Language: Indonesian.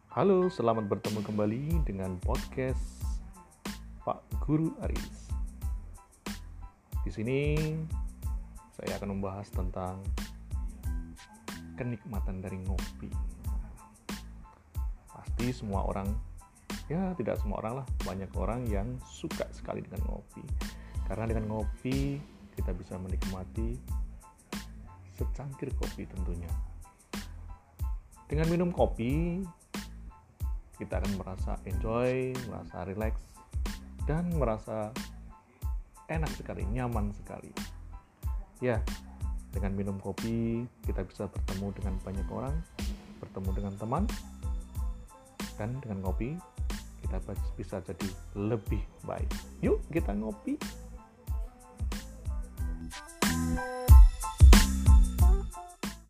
Halo, selamat bertemu kembali dengan podcast Pak Guru Aris. Di sini saya akan membahas tentang kenikmatan dari ngopi. Pasti semua orang, ya tidak semua orang lah, banyak orang yang suka sekali dengan ngopi. Karena dengan ngopi kita bisa menikmati secangkir kopi tentunya. Dengan minum kopi kita akan merasa enjoy, merasa relax, dan merasa enak sekali, nyaman sekali. Ya, dengan minum kopi kita bisa bertemu dengan banyak orang, bertemu dengan teman, dan dengan kopi kita bisa jadi lebih baik. Yuk kita ngopi.